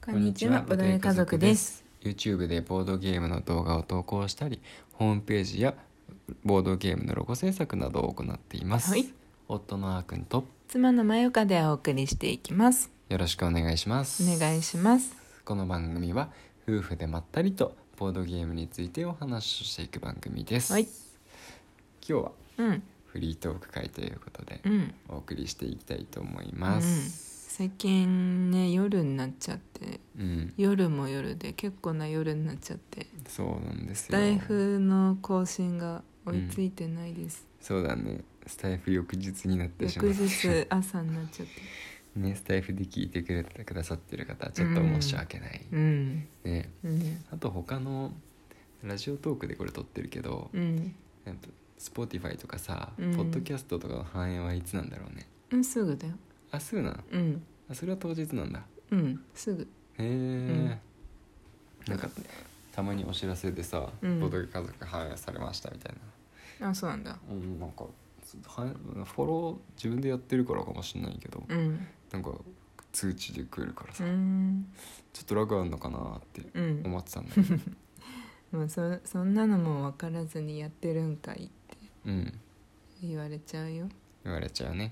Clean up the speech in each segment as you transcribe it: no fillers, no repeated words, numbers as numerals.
こんにちは、ボドゲ家族です。 YouTube でボードゲームの動画を投稿したり、ホームページやボードゲームのロゴ制作などを行っています、 はい、 夫のあーくんと妻のまゆかでお送りしていきます。 よろしくお願いします。 お願いします。 この番組は夫婦でまったりとボードゲームについてお話をしていく番組です、 はい、 今日はうんフリートーク会ということでうんお送りしていきたいと思いうん、 ます、 最近ね夜になっちゃって、夜も夜で結構な夜になっちゃって、 そうなんですスよ。 タイフの更新が追いついてないです、 そうだね、スタイフ翌日になってしまう。 翌日朝になっちゃってね、スタイフで聞いてくださってる方はちょっと申し訳ない、ね、あと他のラジオトークでこれ撮ってるけど、Spotify とかさ、ポッドキャストとかの反映はいつなんだろうね。 すぐだよ。 あ、すぐなの。あ、それは当日なんだ。 すぐ。 へえ、なんかたまにお知らせでさ、ボードゲ家族反映されましたみたいな。あ、そうなんだ。 なんかフォロー自分でやってるからかもしれないけど、なんか通知で来るからさ、ちょっとラグあんのかなって思ってたんだけど、 もうそんなのも分からずにやってるんかいって言われちゃうよ。 言われちゃうね。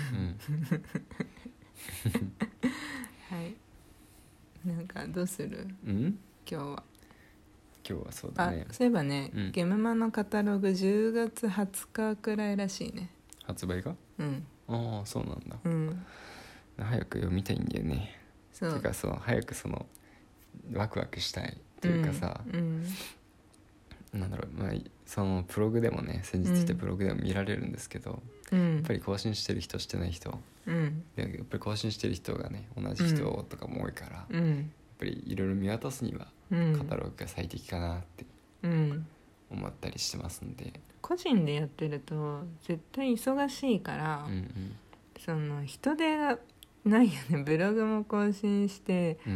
はい。なんかどうする？今日はそうだね。 そういえばね、ゲームマのカタログ10月20日くらいらしいね。 発売が？ああ、そうなんだ。早く読みたいんだよね。てか早くワクワクしたいっていうかさ、なんだろう、そのブログでもね、先日来たブログでも見られるんですけど、やっぱり更新してる人してない人、やっぱり更新してる人がね同じ人とかも多いから、やっぱりいろいろ見渡すにはカタログが最適かなって思ったりしてますんで、 個人でやってると絶対忙しいから、人手がないよね。ブログも更新して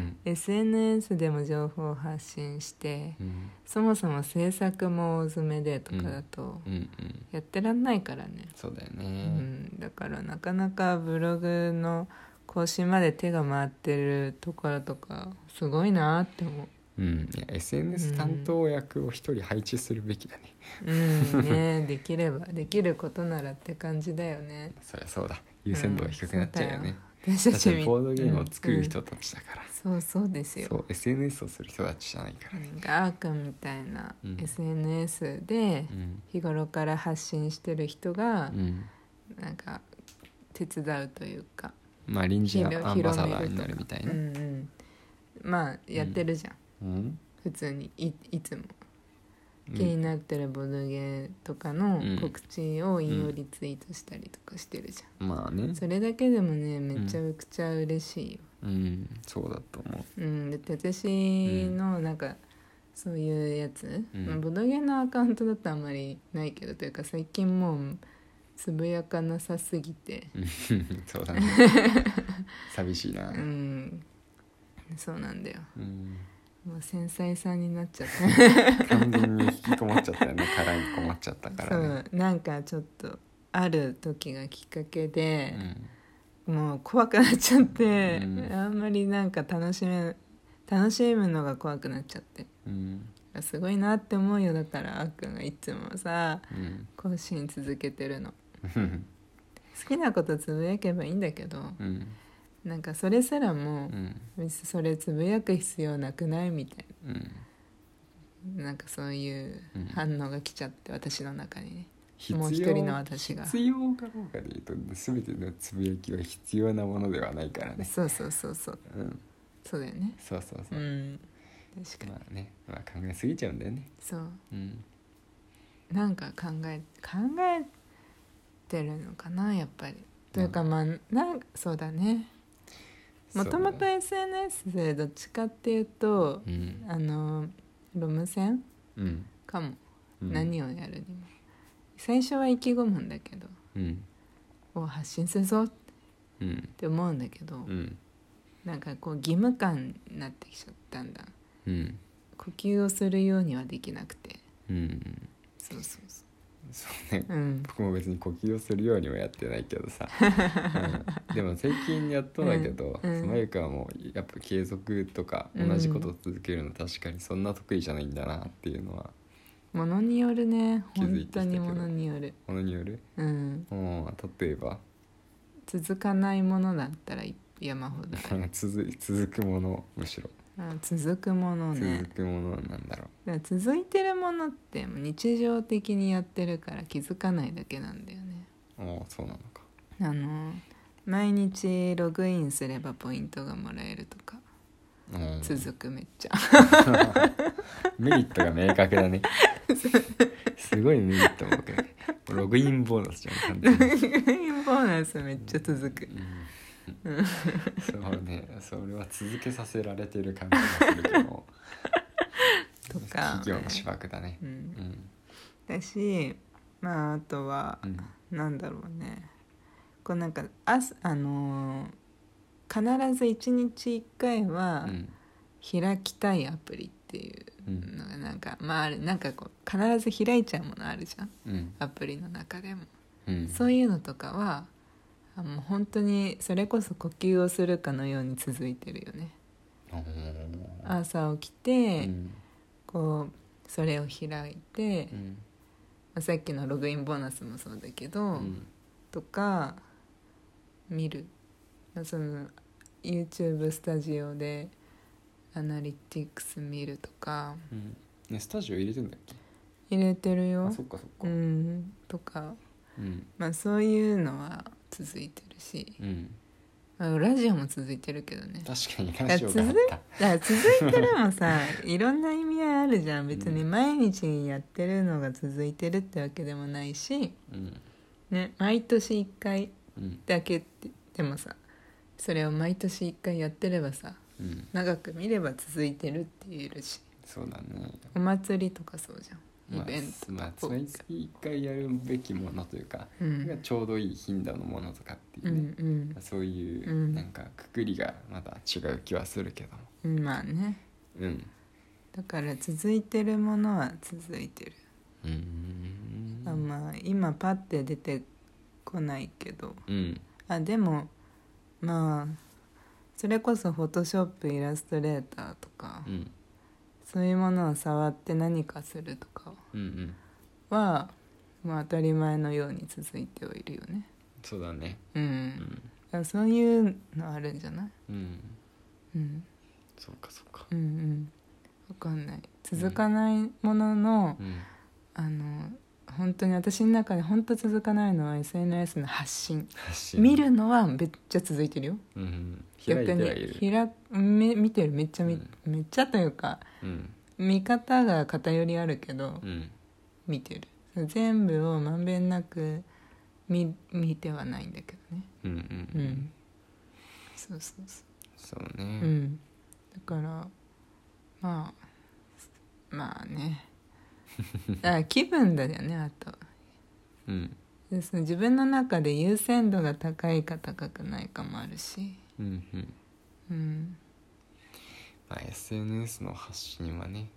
、SNS でも情報発信して、そもそも制作も大詰めでとかだとやってらんないからね。 そうだよね、 だからなかなかブログの更新まで手が回ってるところとかすごいなって思う。 いや SNS 担当役を一人配置するべきだね。 ね、できればできることならって感じだよね。 そりゃそうだ、優先度が低くなっちゃうよね。 私たちボードゲームを作る人たちだから、 そうですよ。 そう SNS をする人たちじゃないからね。 あーくんみたいな、SNS で日頃から発信してる人が、なんか手伝うというか、 臨時アンバサダーになるみたいな、 やってるじゃん、普通に いつも気になってるボードゲーとかの告知を引用リツイートしたりとかしてるじゃん、それだけでもねめちゃくちゃ嬉しいよ。 そうだと思う。 だって私のなんかそういうやつ、ボードゲーのアカウントだとあんまりないけど、というか最近もうつぶやかなさすぎてそうだね寂しいな。 そうなんだよ、もう繊細さんになっちゃった完全に引きこもっちゃったよね。殻にこもっちゃったからね。 なんかちょっとある時がきっかけで、もう怖くなっちゃって、あんまりなんか楽しむのが怖くなっちゃって、すごいなって思うよ。だからあっくんがいつもさ、更新続けてるの好きなことつぶやけばいいんだけど、なんかそれすらも、別にそれつぶやく必要なくないみたいな、なんかそういう反応が来ちゃって、私の中にね。もう一人の私が必要かどうかで言うと、全てのつぶやきは必要なものではないからね。 そうそうだよね。 そう確かに。考えすぎちゃうんだよね。 なんか考えてるのかなやっぱり。というかそうだね。もともと SNS でどっちかっていうと、ロム線、かも、何をやるにも最初は意気込むんだけど、発信するぞって思うんだけど、なんかこう義務感になってきちゃったんだ、呼吸をするようにはできなくて、 そうね、僕も別に呼吸をするようにはやってないけどさ、でも最近やっとだけど、まゆかはもうやっぱ継続とか同じことを続けるの確かにそんな得意じゃないんだなっていうのはものによるね。本気づいてきたけど。 当にものによる。 ものによる。例えば続かないものだったら山ほどある。 続くもの、むしろ続くものね。 続くものなんだろう。 だから続いてるものって日常的にやってるから気づかないだけなんだよね。 そうなのか。 毎日ログインすればポイントがもらえるとか、続く。めっちゃメリットが明確だね。すごいメリットも僕ね。ログインボーナスじゃん、完全に。 ログインボーナスめっちゃ続く。 そうね、それは続けさせられてる感じがするけどとか企業の芝生だね。 だし、あとは、なんだろうね、こうなんか必ず1日1回は開きたいアプリっていうのがある。なんかこう必ず開いちゃうものあるじゃん、アプリの中でも、そういうのとかはもう本当にそれこそ呼吸をするかのように続いてるよね。朝起きて、こうそれを開いて、さっきのログインボーナスもそうだけど、とか見る、その YouTube スタジオでアナリティクス見るとか、 スタジオ入れてんだっけ？ 入れてるよ。 そっかそっか。 とか、そういうのは続いてるし、ラジオも続いてるけどね。 確かにラジオがあった。 続いてるもさいろんな意味合いあるじゃん。別に毎日やってるのが続いてるってわけでもないし、ね、毎年1回だけって、でもさそれを毎年1回やってればさ、長く見れば続いてるって言えるし。 そうだね。 お祭りとかそうじゃん。イベント、 毎月1回やるべきものというか、がちょうどいい頻度のものとかっていうね、そういうなんかくくりがまた違う気はするけども、 まあね、だから続いてるものは続いてる。今パッて出てこないけど、でもそれこそフォトショップ、イラストレーターとか、そういうものを触って何かするとかは、当たり前のように続いてはいるよね。 そうだね。 そういうのあるんじゃない？ そうかそうか。 分かんない。続かないものの、本当に私の中で本当続かないのは SNS の発信。見るのはめっちゃ続いてるよ。 開いてはいる。 見てる。めっちゃというか、見方が偏りあるけど、見てる。全部をまんべんなく見てはないんだけどね。 そうね。 だからまあね気分だよね。あと、自分の中で優先度が高いか高くないかもあるし、 SNS の発信はね、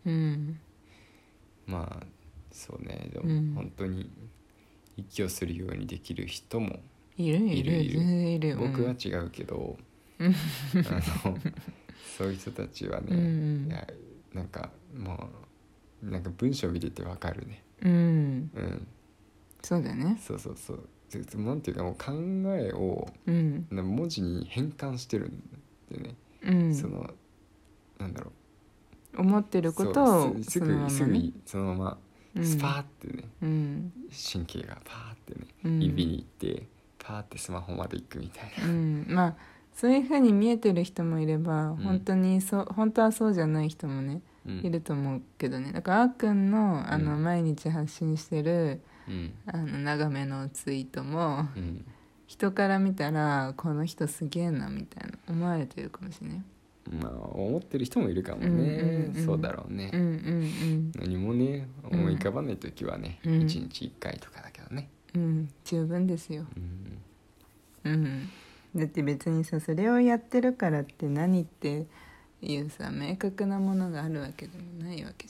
そうね。でも本当に息をするようにできる人もいる。僕は違うけど、そういう人たちはね、なんかもうなんか文章見ててわかるね。 そうだね。 そうなんていうか、もう考えを文字に変換してるんでね。なんだろう、 思ってることをすぐそのままスパーってね、神経がパーってね、指に行ってパーってスマホまで行くみたいな。 そういう風に見えてる人もいれば、本当はそうじゃない人もね、いると思うけどね。だからあっくんの毎日発信してる長めのツイートも、人から見たらこの人すげえなみたいな思われてるかもしれない。 思ってる人もいるかもね。そうだろうね。何もね思い浮かばない時はね、1日1回とかだけどね。 十分ですよ。だって別にさ、それをやってるからって何っていうさ、明確なものがあるわけでもないわけじゃん。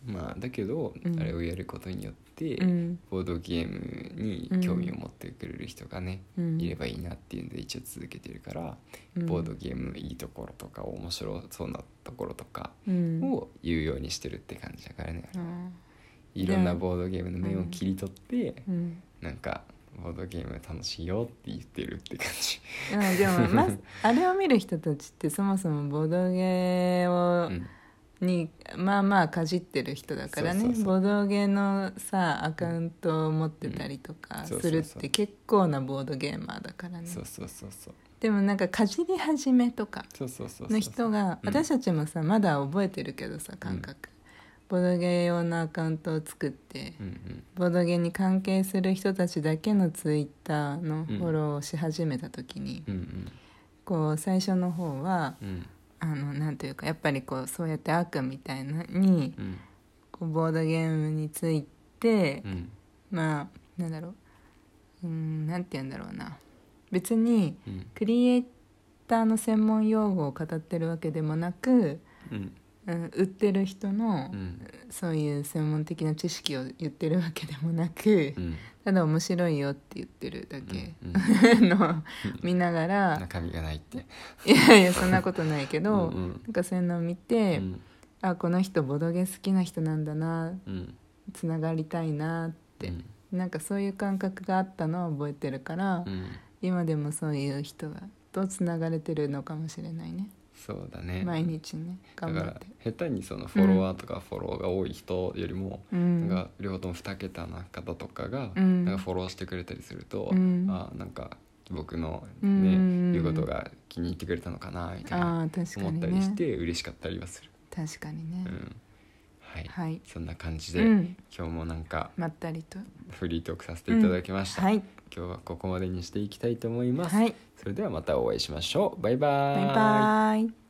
まあだけど、あれをやることによって、ボードゲームに興味を持ってくれる人がね、いればいいなっていうんで一応続けてるから、ボードゲームのいいところとか面白そうなところとかを言うようにしてるって感じだからね、いろんなボードゲームの面を切り取って、なんかボードゲーム楽しいよって言ってるって感じ。 でも、あれを見る人たちってそもそもボードゲーを、にまあまあかじってる人だからね。ボードゲーのさアカウントを持ってたりとかするって結構なボードゲーマーだからね。でもなんかかじり始めとかの人が、私たちもさまだ覚えてるけどさ感覚、ボードゲー用のアカウントを作って、ボードゲーに関係する人たちだけのツイッターのフォローをし始めた時に、こう最初の方は、なんというかやっぱりこうそうやって悪みたいなに、こうボードゲームについて、まあなんだろう、なんて言うんだろうな、別にクリエイターの専門用語を語ってるわけでもなく、売ってる人の、そういう専門的な知識を言ってるわけでもなく、ただ面白いよって言ってるだけのを見ながら、 中身がないって、 いやいやそんなことないけどなんかそういうのを見て、あこの人ボドゲ好きな人なんだな、つながりたいなって、なんかそういう感覚があったのを覚えてるから、今でもそういう人とつながれてるのかもしれないね。 そうだね、 毎日ね頑張って。 だから下手にそのフォロワーとかフォローが多い人よりも、なんか両方とも2桁な方とかが、なんかフォローしてくれたりすると、あなんか僕のね、言うことが気に入ってくれたのかなみたいな思ったりして嬉しかったりはする。 確かにね、 はい、そんな感じで、今日もなんかまったりとフリートークさせていただきました、今日はここまでにしていきたいと思います、それではまたお会いしましょう。バイバーイ。 バイバイ。